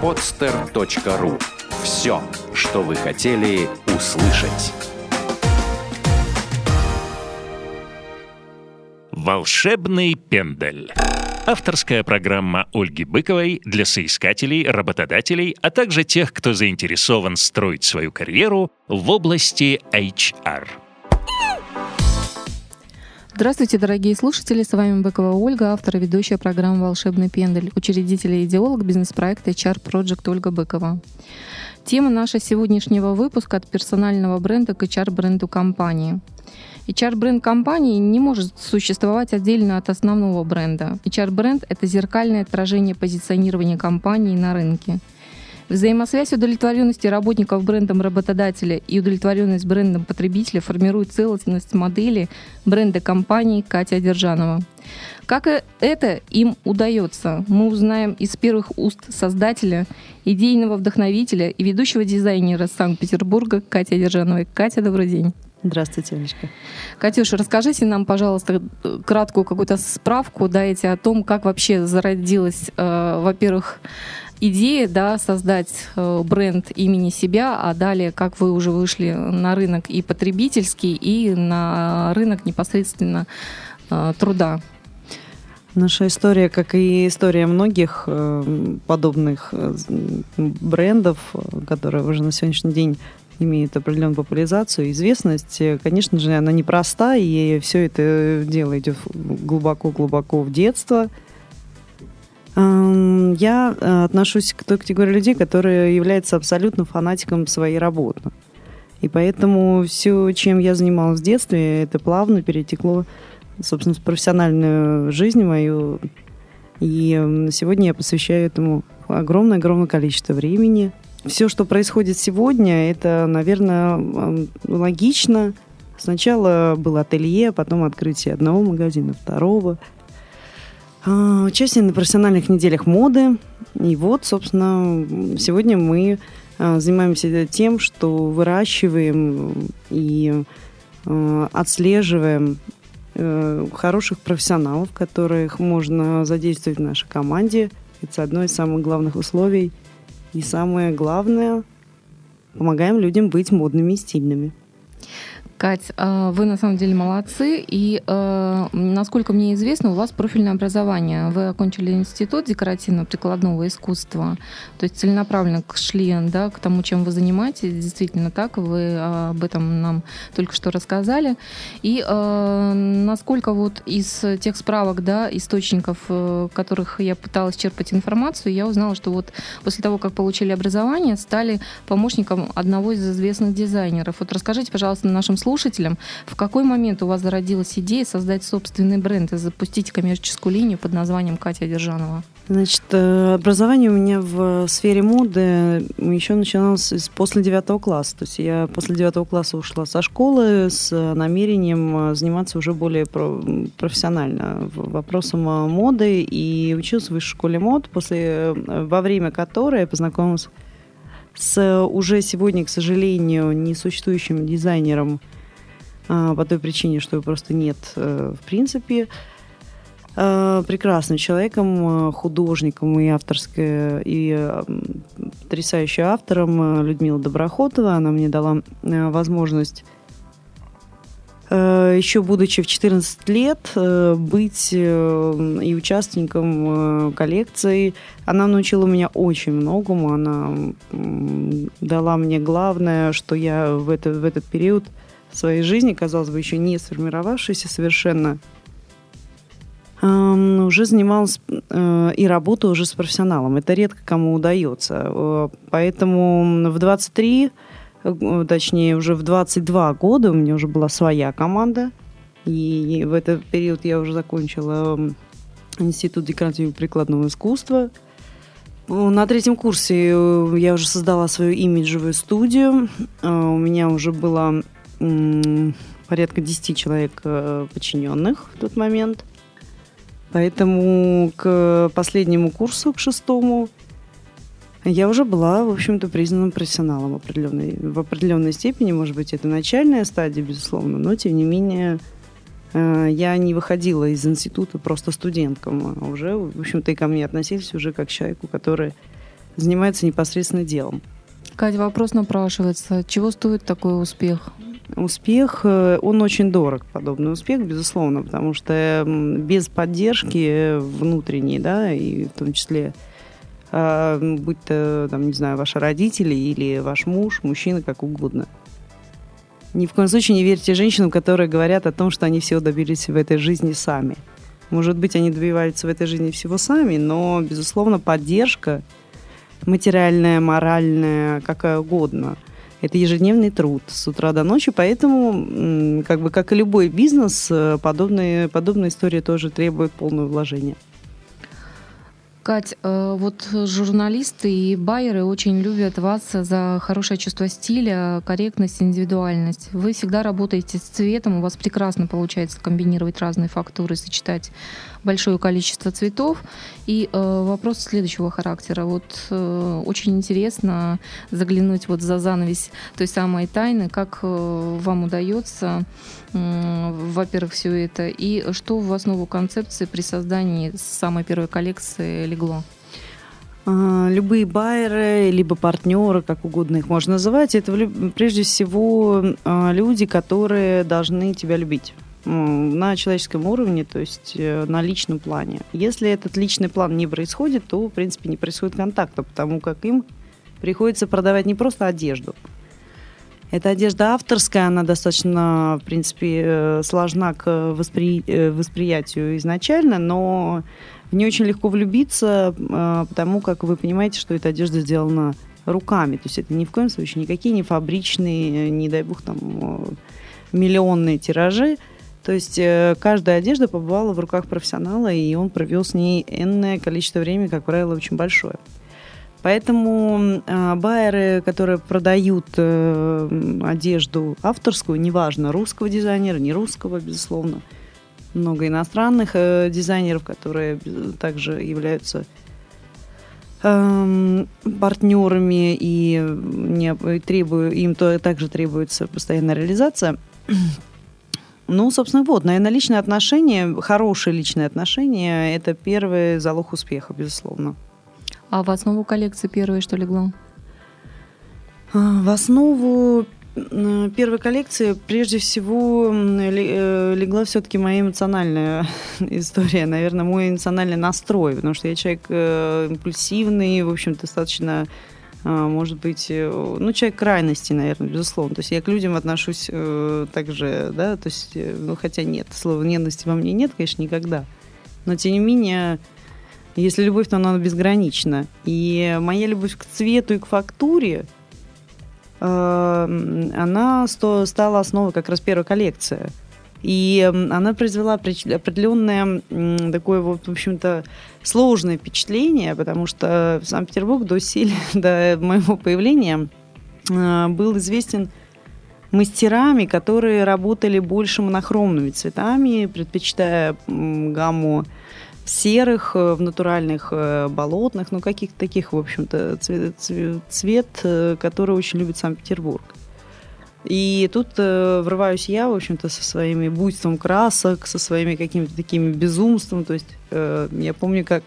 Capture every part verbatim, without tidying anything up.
подстер точка ру. Все, что вы хотели услышать. «Волшебный пендель». Авторская программа Ольги Быковой для соискателей, работодателей, а также тех, кто заинтересован строить свою карьеру в области эйч ар. Здравствуйте, дорогие слушатели, с вами Быкова Ольга, автор и ведущая программы «Волшебный пендель», учредитель и идеолог бизнес-проекта эйч ар Project Ольга Быкова. Тема нашего сегодняшнего выпуска — от персонального бренда к эйч ар-бренду компании. эйч ар-бренд компании не может существовать отдельно от основного бренда. эйч ар-бренд — это зеркальное отражение позиционирования компании на рынке. Взаимосвязь удовлетворенности работников брендом работодателя и удовлетворенность брендом потребителя формирует целостность модели бренда компании Катя Держанова. Как это им удается, мы узнаем из первых уст создателя, идейного вдохновителя и ведущего дизайнера Санкт-Петербурга Кати Держановой. Катя, добрый день. Здравствуйте, Олечка. Катюша, расскажите нам, пожалуйста, краткую какую-то справку дайте о том, как вообще зародилась, э, во-первых, идея, да, создать э, бренд имени себя, а далее, как вы уже вышли на рынок и потребительский, и на рынок непосредственно э, труда. Наша история, как и история многих э, подобных э, брендов, которые уже на сегодняшний день имеет определенную популяризацию, известность, конечно же, она непроста, и все это дело идет глубоко-глубоко в детство. Я отношусь к той категории людей, которые являются абсолютно фанатиком своей работы. И поэтому все, чем я занималась в детстве, это плавно перетекло, собственно, в профессиональную жизнь мою. И сегодня я посвящаю этому огромное-огромное количество времени. Все, что происходит сегодня, это, наверное, логично. Сначала было ателье, потом открытие одного магазина, второго. Участие на профессиональных неделях моды. И вот, собственно, сегодня мы занимаемся тем, что выращиваем и отслеживаем хороших профессионалов, которых можно задействовать в нашей команде. Это одно из самых главных условий. И самое главное, помогаем людям быть модными и стильными. Кать, вы на самом деле молодцы, и, насколько мне известно, у вас профильное образование. Вы окончили институт декоративно-прикладного искусства, то есть целенаправленно шли, да, к тому, чем вы занимаетесь. Действительно так, вы об этом нам только что рассказали. И насколько вот из тех справок, да, источников, которых я пыталась черпать информацию, я узнала, что вот после того, как получили образование, стали помощником одного из известных дизайнеров. Вот расскажите, пожалуйста, нашим слушателям, в какой момент у вас зародилась идея создать собственный бренд и запустить коммерческую линию под названием Катя Держанова? Значит, образование у меня в сфере моды еще начиналось после девятого класса. То есть я после девятого класса ушла со школы с намерением заниматься уже более профессионально вопросом моды и училась в высшей школе мод, после, во время которой я познакомилась с уже сегодня, к сожалению, несуществующим дизайнером по той причине, что его просто нет в принципе, прекрасным человеком, художником и авторской, и потрясающим автором Людмилой Доброхотова. Она мне дала возможность, еще будучи в четырнадцать лет, быть и участником коллекции. Она научила меня очень многому. Она дала мне главное, что я в, это, в этот период своей жизни, казалось бы, еще не сформировавшейся совершенно, уже занималась и работала уже с профессионалом. Это редко кому удается. Поэтому в двадцать три, точнее, уже в двадцать два года у меня уже была своя команда. И в этот период я уже закончила институт декоративно-прикладного искусства. На третьем курсе я уже создала свою имиджевую студию. У меня уже было порядка десять человек подчиненных в тот момент. Поэтому к последнему курсу, к шестому, я уже была, в общем-то, признанным профессионалом определенной, в определенной степени. Может быть, это начальная стадия, безусловно, но, тем не менее, я не выходила из института просто студентком, а уже, в общем-то, и ко мне относились уже как к человеку, который занимаются непосредственно делом. Катя, вопрос напрашивается. Чего стоит такой успех? Успех, он очень дорог, подобный успех, безусловно, потому что без поддержки внутренней, да, и в том числе, будь то, там, не знаю, ваши родители или ваш муж, мужчина, как угодно. Ни в коем случае не верьте женщинам, которые говорят о том, что они всего добились в этой жизни сами. Может быть, они добиваются в этой жизни всего сами, но, безусловно, поддержка материальная, моральная, какая угодно, это ежедневный труд с утра до ночи, поэтому, как бы, как и любой бизнес, подобные, подобные истории тоже требуют полного вложения. Кать, вот журналисты и байеры очень любят вас за хорошее чувство стиля, корректность, индивидуальность. Вы всегда работаете с цветом, у вас прекрасно получается комбинировать разные фактуры, сочетать большое количество цветов. И э, вопрос следующего характера. Вот э, очень интересно заглянуть вот за занавес той самой тайны, как э, вам удается, э, во-первых, все это, и что в основу концепции при создании самой первой коллекции легло? Любые байеры, либо партнеры, как угодно их можно называть, это прежде всего люди, которые должны тебя любить на человеческом уровне, то есть на личном плане. Если этот личный план не происходит, то, в принципе, не происходит контакта, потому как им приходится продавать не просто одежду. Эта одежда авторская, она достаточно, в принципе, сложна к воспри... восприятию изначально, но в нее очень легко влюбиться, потому как вы понимаете, что эта одежда сделана руками. То есть это ни в коем случае никакие не фабричные, не дай бог, там, миллионные тиражи. То есть каждая одежда побывала в руках профессионала, и он провел с ней энное количество времени, как правило, очень большое. Поэтому э, байеры, которые продают э, одежду авторскую, неважно, русского дизайнера, не русского, безусловно, много иностранных э, дизайнеров, которые также являются э, партнерами, и, не, и требую, им то, также требуется постоянная реализация. Ну, собственно, вот, наверное, личные отношения, хорошие личные отношения – это первый залог успеха, безусловно. А в основу коллекции первой что легло? В основу первой коллекции прежде всего легла все-таки моя эмоциональная история, наверное, мой эмоциональный настрой, потому что я человек импульсивный, в общем, достаточно, может быть, ну, человек крайности, наверное, безусловно. То есть я к людям отношусь также, да, то есть, ну, хотя нет, слова ненависти во мне нет, конечно, никогда, но тем не менее, если любовь, то она безгранична. И моя любовь к цвету и к фактуре, э, она сто, стала основой как раз первой коллекции. И она произвела определенное такое, вот, в общем-то, сложное впечатление, потому что Санкт-Петербург до силы, до моего появления э, был известен мастерами, которые работали больше монохромными цветами, предпочитая гамму в серых, в натуральных болотных, ну, каких-то таких, в общем-то, цвет, цвет, который очень любит Санкт-Петербург. И тут э, врываюсь я, в общем-то, со своими буйством красок, со своими какими-то такими безумством. То есть э, я помню, как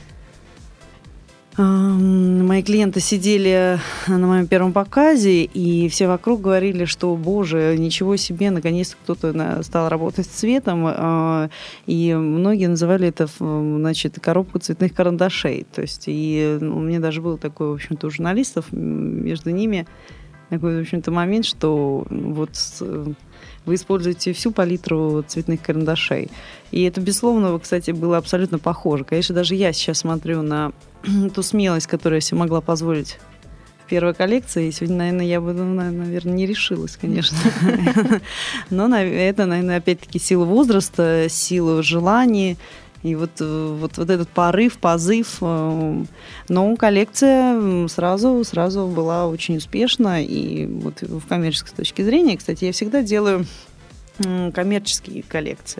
э, мои клиенты сидели на моем первом показе, и все вокруг говорили, что, боже, ничего себе, наконец-то кто-то стал работать с цветом. Э, и многие называли это, значит, коробку цветных карандашей. То есть и ну, у меня даже был такой, в общем-то, у журналистов, между ними такой, в общем-то, момент, что вот вы используете всю палитру цветных карандашей. И это, безусловно, кстати, было абсолютно похоже. Конечно, даже я сейчас смотрю на ту смелость, которую я себе могла позволить в первой коллекции. И сегодня, наверное, я бы, наверное, не решилась, конечно. Но это, наверное, опять-таки сила возраста, сила желаний. И вот, вот, вот этот порыв, позыв. Но коллекция сразу, сразу была очень успешна. И вот в коммерческой точке зрения, кстати, я всегда делаю коммерческие коллекции.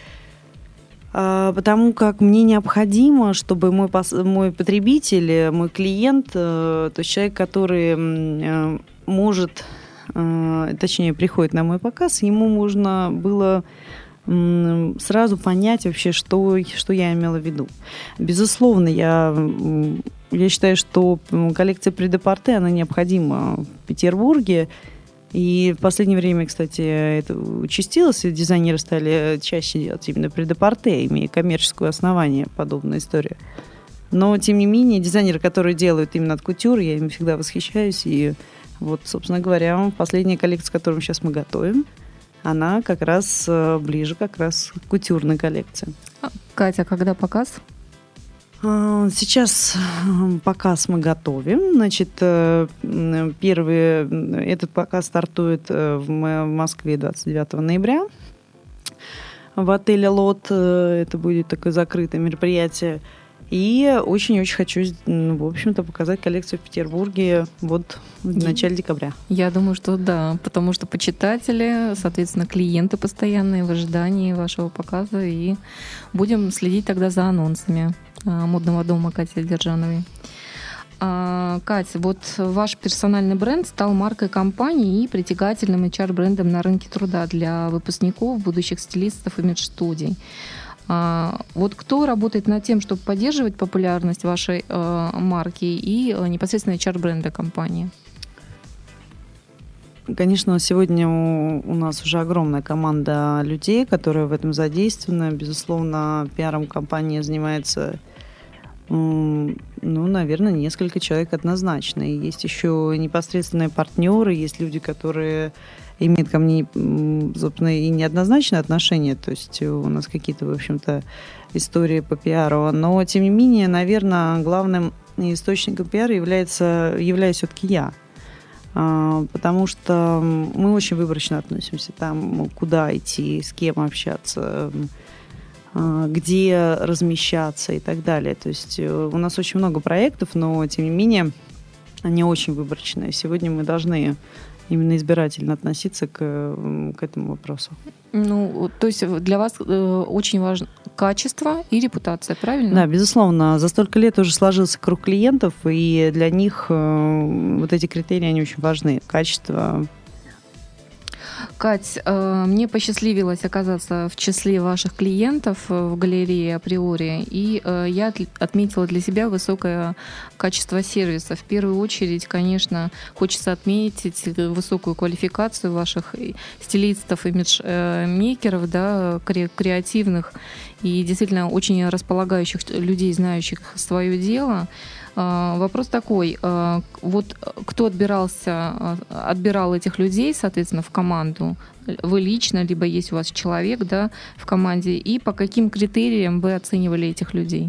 Потому как мне необходимо, чтобы мой, мой потребитель, мой клиент, то есть человек, который может, точнее, приходит на мой показ, ему можно было сразу понять вообще, что, что я имела в виду. Безусловно, я я считаю, что коллекция прет-де-порте, она необходима в Петербурге. И в последнее время, кстати, это участилось, и дизайнеры стали чаще делать именно прет-де-порте, имея коммерческое основание, подобная история. Но, тем не менее, дизайнеры, которые делают именно от кутюр, я им всегда восхищаюсь. И вот, собственно говоря, последняя коллекция, которую сейчас мы готовим, она как раз ближе как раз к кутюрной коллекции. Катя, когда показ? Сейчас показ мы готовим. Значит, первый этот показ стартует в Москве двадцать девятого ноября в отеле «Лот». Это будет такое закрытое мероприятие. И очень-очень хочу, в общем-то, показать коллекцию в Петербурге вот в начале декабря. Я думаю, что да, потому что почитатели, соответственно, клиенты постоянные в ожидании вашего показа, и будем следить тогда за анонсами модного дома Кати Держановой. Катя, вот ваш персональный бренд стал маркой компании и притягательным эйч ар-брендом на рынке труда для выпускников, будущих стилистов, имидж-студий. Вот кто работает над тем, чтобы поддерживать популярность вашей э, марки и э, непосредственно эйч ар-бренда компании? Конечно, сегодня у, у нас уже огромная команда людей, которые в этом задействованы. Безусловно, пиаром компании занимается, ну, наверное, несколько человек однозначно. И есть еще непосредственные партнеры, есть люди, которые имеет ко мне, собственно, и неоднозначное отношение, то есть у нас какие-то, в общем-то, истории по пиару, но, тем не менее, наверное, главным источником пиара является, являюсь все-таки я, потому что мы очень выборочно относимся, там, куда идти, с кем общаться, где размещаться и так далее, то есть у нас очень много проектов, но, тем не менее, они очень выборочные. Сегодня мы должны именно избирательно относиться к, к этому вопросу. Ну, то есть для вас э, очень важно качество и репутация, правильно? Да, безусловно. За столько лет уже сложился круг клиентов, и для них э, вот эти критерии, они очень важны. Качество. Кать, мне посчастливилось оказаться в числе ваших клиентов в галерее «Априори», и я отметила для себя высокое качество сервиса. В первую очередь, конечно, хочется отметить высокую квалификацию ваших стилистов, имиджмейкеров, да, креативных и действительно очень располагающих людей, знающих свое дело. Вопрос такой, вот кто отбирался, отбирал этих людей, соответственно, в команду? Вы лично, либо есть у вас человек, да, в команде, и по каким критериям вы оценивали этих людей?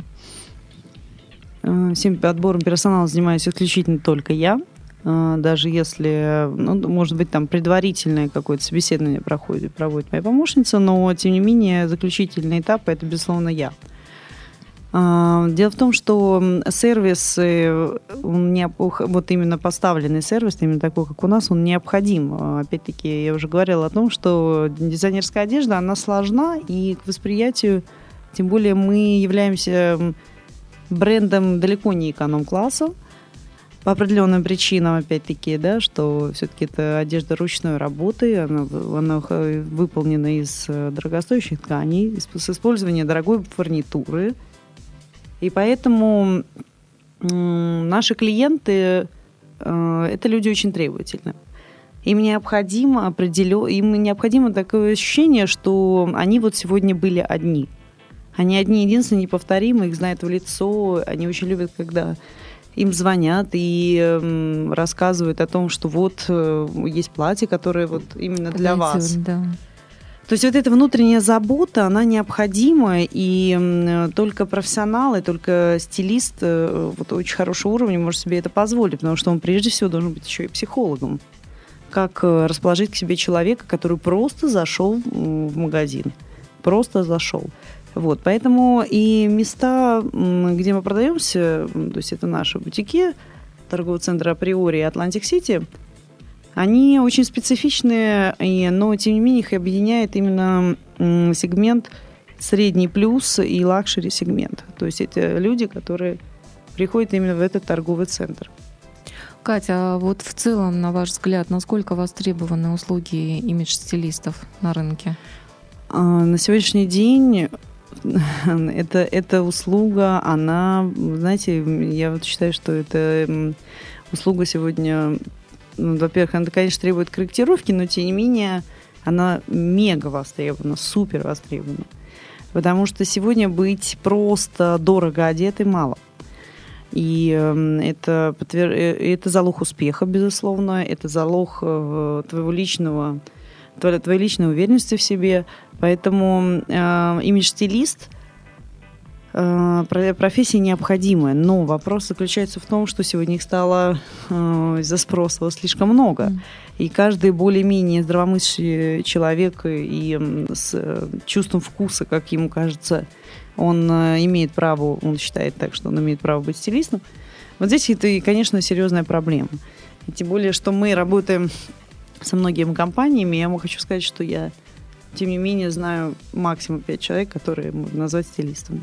Всем отбором персонала занимаюсь исключительно только я. Даже если, ну, может быть, там предварительное какое-то собеседование проходит, проводит моя помощница, но, тем не менее, заключительный этап – это, безусловно, я. Дело в том, что сервис, вот именно поставленный сервис, именно такой, как у нас, он необходим. Опять-таки, я уже говорила о том, что дизайнерская одежда, она сложна, и к восприятию, тем более мы являемся брендом далеко не эконом-класса, по определенным причинам, опять-таки, да, что все-таки это одежда ручной работы, она, она выполнена из дорогостоящих тканей, с использованием дорогой фурнитуры. И поэтому наши клиенты – это люди очень требовательные. Им необходимо, определё... Им необходимо такое ощущение, что они вот сегодня были одни. Они одни, единственные, неповторимые, их знают в лицо. Они очень любят, когда им звонят и рассказывают о том, что вот есть платье, которое вот именно для вас. Да. То есть вот эта внутренняя забота, она необходима, и только профессионал, и только стилист вот, очень хорошего уровня может себе это позволить, потому что он прежде всего должен быть еще и психологом. Как расположить к себе человека, который просто зашел в магазин, просто зашел. Вот, поэтому и места, где мы продаемся, то есть это наши бутики, торговый центр «Априори» и «Атлантик-Сити», они очень специфичные, но, тем не менее, их объединяет именно сегмент средний плюс и лакшери сегмент. То есть это люди, которые приходят именно в этот торговый центр. Катя, а вот в целом, на ваш взгляд, насколько востребованы услуги имидж-стилистов на рынке? На сегодняшний день это, эта услуга, она, знаете, я вот считаю, что это услуга сегодня, ну, во-первых, она, конечно, требует корректировки, но, тем не менее, она мега востребована, супер востребована. Потому что сегодня быть просто дорого одетым мало. И это, это залог успеха, безусловно, это залог твоего личного, твоей личной уверенности в себе. Поэтому э, имидж-стилист э, профессия необходимая. Но вопрос заключается в том, что сегодня их стало э, из-за спроса слишком много. Mm. И каждый более-менее здравомыслящий человек и э, с э, чувством вкуса, как ему кажется, он э, имеет право, он считает так, что он имеет право быть стилистом. Вот здесь это, конечно, серьезная проблема. И тем более, что мы работаем со многими компаниями, я вам хочу сказать, что я, тем не менее, знаю максимум пять человек, которые можно назвать стилистами.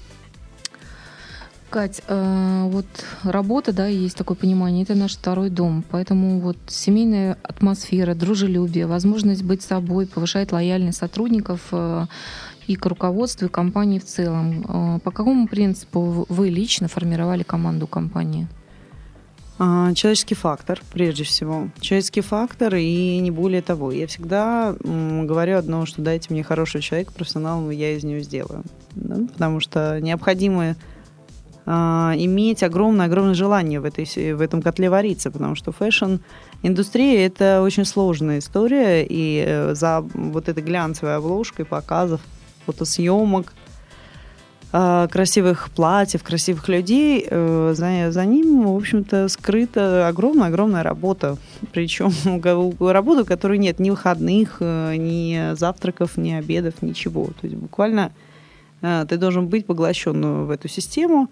Кать, э, вот работа, да, есть такое понимание, это наш второй дом, поэтому вот семейная атмосфера, дружелюбие, возможность быть собой повышает лояльность сотрудников э, и к руководству, и компании в целом. Э, по какому принципу вы лично формировали команду компании? Человеческий фактор, прежде всего. Человеческий фактор и не более того. Я всегда м, говорю одно, что дайте мне хорошего человека, профессионала, я из него сделаю. Да? Потому что необходимо а, иметь огромное-огромное желание в, этой, в этом котле вариться, потому что фэшн-индустрия – это очень сложная история, и за вот этой глянцевой обложкой показов, фотосъемок, красивых платьев, красивых людей, за, за ним, в общем-то, скрыта огромная-огромная работа. Причем работа, у которой нет ни выходных, ни завтраков, ни обедов, ничего. То есть буквально ты должен быть поглощен в эту систему.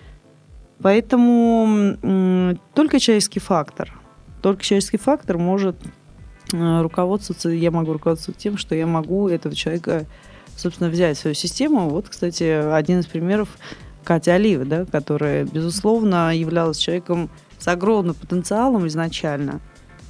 Поэтому только человеческий фактор, только человеческий фактор может руководствоваться, я могу руководствоваться тем, что я могу этого человека, собственно, взять свою систему. Вот, кстати, один из примеров Катя Алиева, да, которая, безусловно, являлась человеком с огромным потенциалом изначально.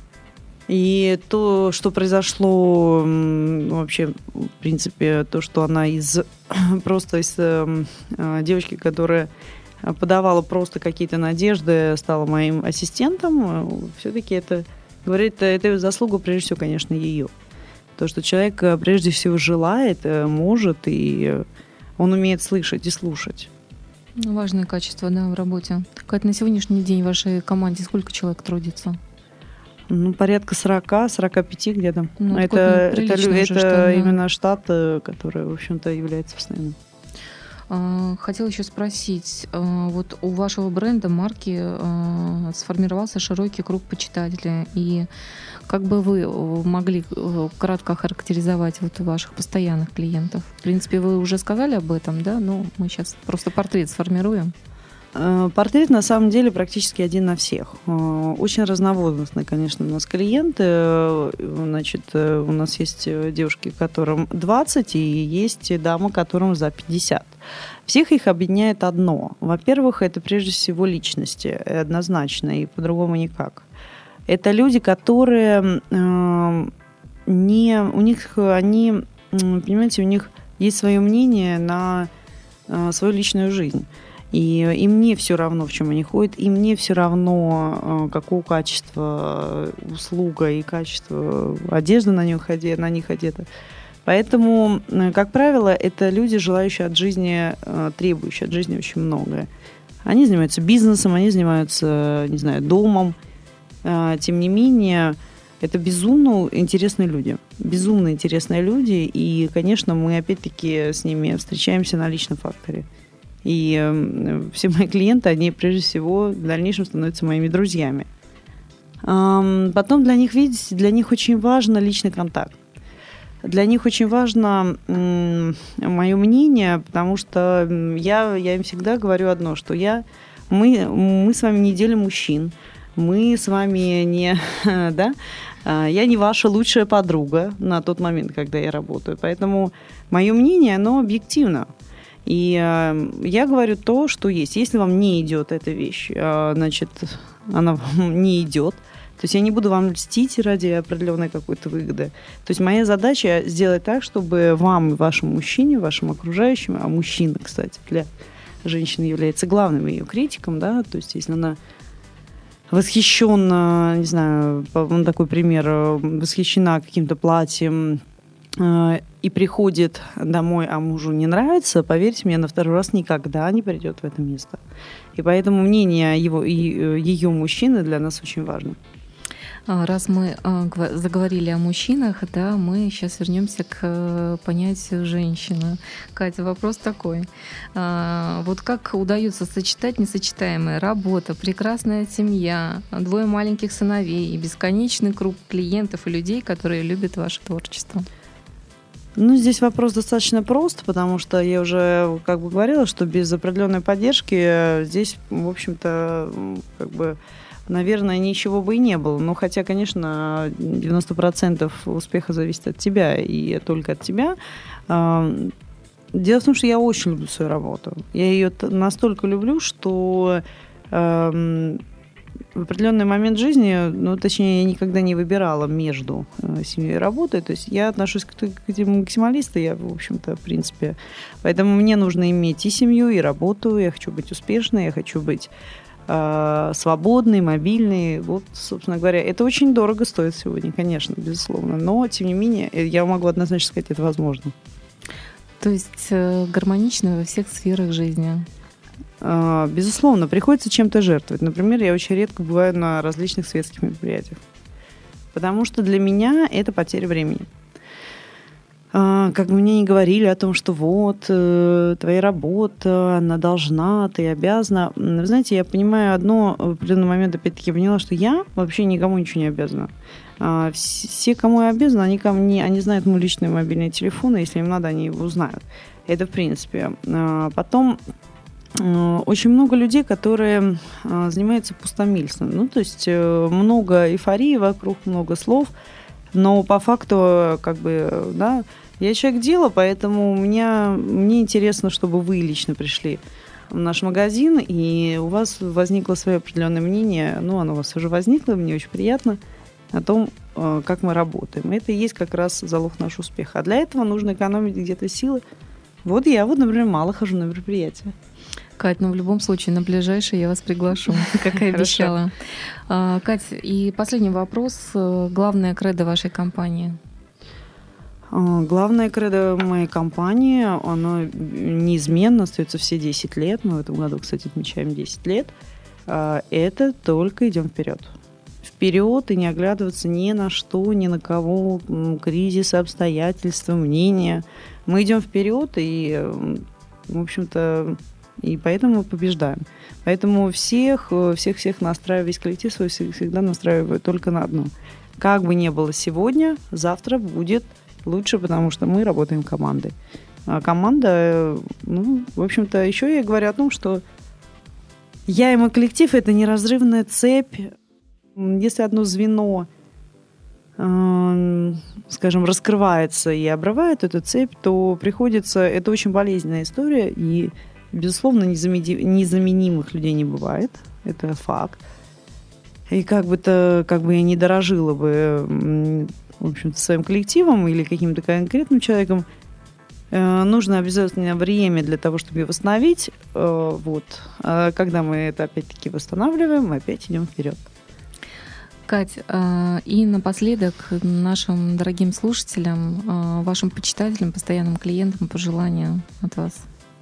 И то, что произошло вообще, в принципе, то, что она из просто из э, девочки, которая подавала просто какие-то надежды, стала моим ассистентом, все-таки это говорит, это заслуга, прежде всего, конечно, ее. То, что человек прежде всего желает, может, и он умеет слышать и слушать. Важное качество, да, в работе. Кать, на сегодняшний день в вашей команде сколько человек трудится? Ну, порядка сорок-сорок пять где-то. Ну, это это, это, уже, это штат, да. именно штат, который, в общем-то, является постоянным. Хотела еще спросить, вот у вашего бренда, марки, сформировался широкий круг почитателей, и как бы вы могли кратко охарактеризовать вот ваших постоянных клиентов? В принципе, вы уже сказали об этом, да? Но мы сейчас просто портрет сформируем. Портрет, на самом деле, практически один на всех. Очень разновозрастные, конечно, у нас клиенты. Значит, у нас есть девушки, которым двадцать, и есть дамы, которым за пятьдесят. Всех их объединяет одно. Во-первых, это прежде всего личности, однозначно, и по-другому никак. Это люди, которые не... У них, они, понимаете, у них есть свое мнение на свою личную жизнь. И им не все равно, в чем они ходят, им не все равно, какого качества услуга и качество одежды на них одета. На них одета. Поэтому, как правило, это люди, желающие от жизни, требующие от жизни очень многое. Они занимаются бизнесом, они занимаются, не знаю, домом. Тем не менее, это безумно интересные люди. Безумно интересные люди. И, конечно, мы опять-таки с ними встречаемся на личном факторе. И э, все мои клиенты, они прежде всего в дальнейшем становятся моими друзьями. Эм, потом для них, видите, для них очень важно личный контакт. Для них очень важно э, мое мнение, потому что я, я им всегда говорю одно, что я, мы, мы с вами не делим мужчин, мы с вами не... да, я не ваша лучшая подруга на тот момент, когда я работаю. Поэтому мое мнение, оно объективно. И э, я говорю то, что есть. Если вам не идет эта вещь, э, значит, она вам не идет. То есть я не буду вам льстить ради определенной какой-то выгоды. То есть моя задача сделать так, чтобы вам и вашему мужчине, вашим окружающим, а мужчина, кстати, для женщины является главным ее критиком, да, то есть если она восхищена, не знаю, такой пример, восхищена каким-то платьем э, и приходит домой, а мужу не нравится, поверьте мне, на второй раз никогда не придет в это место. И поэтому мнение его и ее мужчины для нас очень важно. Раз мы заговорили о мужчинах, да, мы сейчас вернемся к понятию женщины. Катя, вопрос такой. Вот как удается сочетать несочетаемое? Работа, прекрасная семья, двое маленьких сыновей и бесконечный круг клиентов и людей, которые любят ваше творчество? Ну, здесь вопрос достаточно прост, потому что я уже как бы говорила, что без определенной поддержки здесь, в общем-то, как бы... наверное, ничего бы и не было. Но хотя, конечно, девяносто процентов успеха зависит от тебя и только от тебя. Дело в том, что я очень люблю свою работу. Я ее настолько люблю, что в определенный момент жизни, ну, точнее, я никогда не выбирала между семьей и работой. То есть я отношусь к, к этим максималистам, я, в общем-то, в принципе. Поэтому мне нужно иметь и семью, и работу. Я хочу быть успешной, я хочу быть свободный, мобильный. Вот, собственно говоря, это очень дорого стоит сегодня, конечно, безусловно. Но, тем не менее, я могу однозначно сказать, это возможно. То есть гармонично во всех сферах жизни? Безусловно, приходится чем-то жертвовать. Например, я очень редко бываю на различных светских мероприятиях. Потому что для меня это потеря времени. Как бы мне не говорили о том, что вот, твоя работа, она должна, ты обязана. Вы знаете, я понимаю одно, в определенный момент опять-таки поняла, что я вообще никому ничего не обязана. Все, кому я обязана, они ко мне, они знают мой личный мобильный телефон, и если им надо, они его узнают. Это в принципе. Потом очень много людей, которые занимаются пустомильством. Ну, то есть много эйфории вокруг, много слов, но по факту, как бы, да, я человек дела, поэтому у меня, мне интересно, чтобы вы лично пришли в наш магазин, и у вас возникло свое определенное мнение, ну, оно у вас уже возникло, мне очень приятно, о том, как мы работаем. Это и есть как раз залог нашего успеха. А для этого нужно экономить где-то силы. Вот я, вот, например, мало хожу на мероприятия. Кать, ну в любом случае на ближайшее я вас приглашу, как и обещала. Кать, и последний вопрос. Главное кредо вашей компании? Главное кредо моей компании, оно неизменно остается все десять лет. Мы в этом году, кстати, отмечаем десять лет. Это только идем вперед. Вперед и не оглядываться ни на что, ни на кого, кризис, обстоятельства, мнения. Мы идем вперед и, в общем-то, и поэтому мы побеждаем. Поэтому всех, всех, всех настраиваю, весь коллектив свой всегда настраиваю только на одно. Как бы ни было сегодня, завтра будет лучше, потому что мы работаем командой. А команда, ну, в общем-то, еще я говорю о том, что я и мой коллектив – это неразрывная цепь. Если одно звено, э, скажем, раскрывается и обрывает эту цепь, то приходится… Это очень болезненная история, и, безусловно, незаменимых людей не бывает. Это факт. И как бы, то, как бы я не дорожила бы, в общем-то, своим коллективом или каким-то конкретным человеком, э, нужно обязательно время для того, чтобы ее восстановить. Э, вот. А когда мы это опять-таки восстанавливаем, мы опять идем вперед. Кать, и напоследок нашим дорогим слушателям, вашим почитателям, постоянным клиентам пожелания от вас.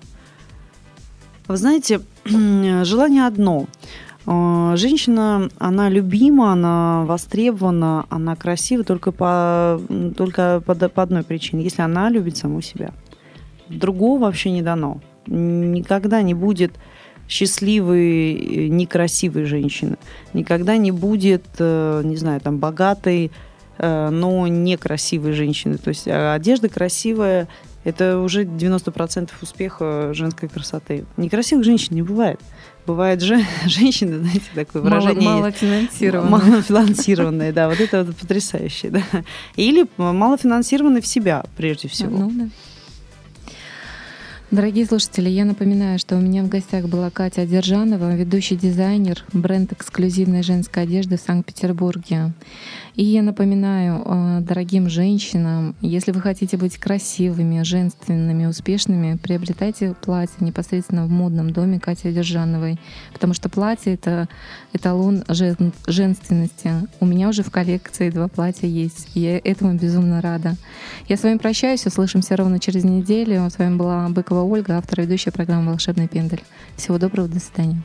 Вы знаете, желание одно. Женщина, она любима, она востребована, она красива только по, только по, по одной причине. Если она любит саму себя. Другого вообще не дано. Никогда не будет счастливой, некрасивой женщины. Никогда не будет, не знаю, там, богатой, но некрасивой женщины. То есть одежда красивая – это уже девяносто процентов успеха женской красоты. Некрасивых женщин не бывает. Бывает же женщины, знаете, такое выражение. Малофинансированные. Малофинансированные, да, вот это вот потрясающе, да. Или малофинансированные в себя, прежде всего. Ну, да. Дорогие слушатели, я напоминаю, что у меня в гостях была Катя Держанова, ведущий дизайнер, бренд эксклюзивной женской одежды в Санкт-Петербурге. И я напоминаю дорогим женщинам, если вы хотите быть красивыми, женственными, успешными, приобретайте платье непосредственно в модном доме Кати Держановой, потому что платье — это эталон жен- женственности. У меня уже в коллекции два платья есть, и я этому безумно рада. Я с вами прощаюсь, услышимся ровно через неделю. С вами была Быкова Ольга, автор и ведущая программы «Волшебный пендель». Всего доброго, до свидания.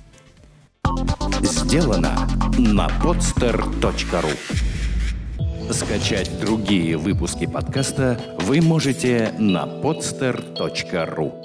Сделано на подстер точка ру. Скачать другие выпуски подкаста вы можете на подстер точка ру.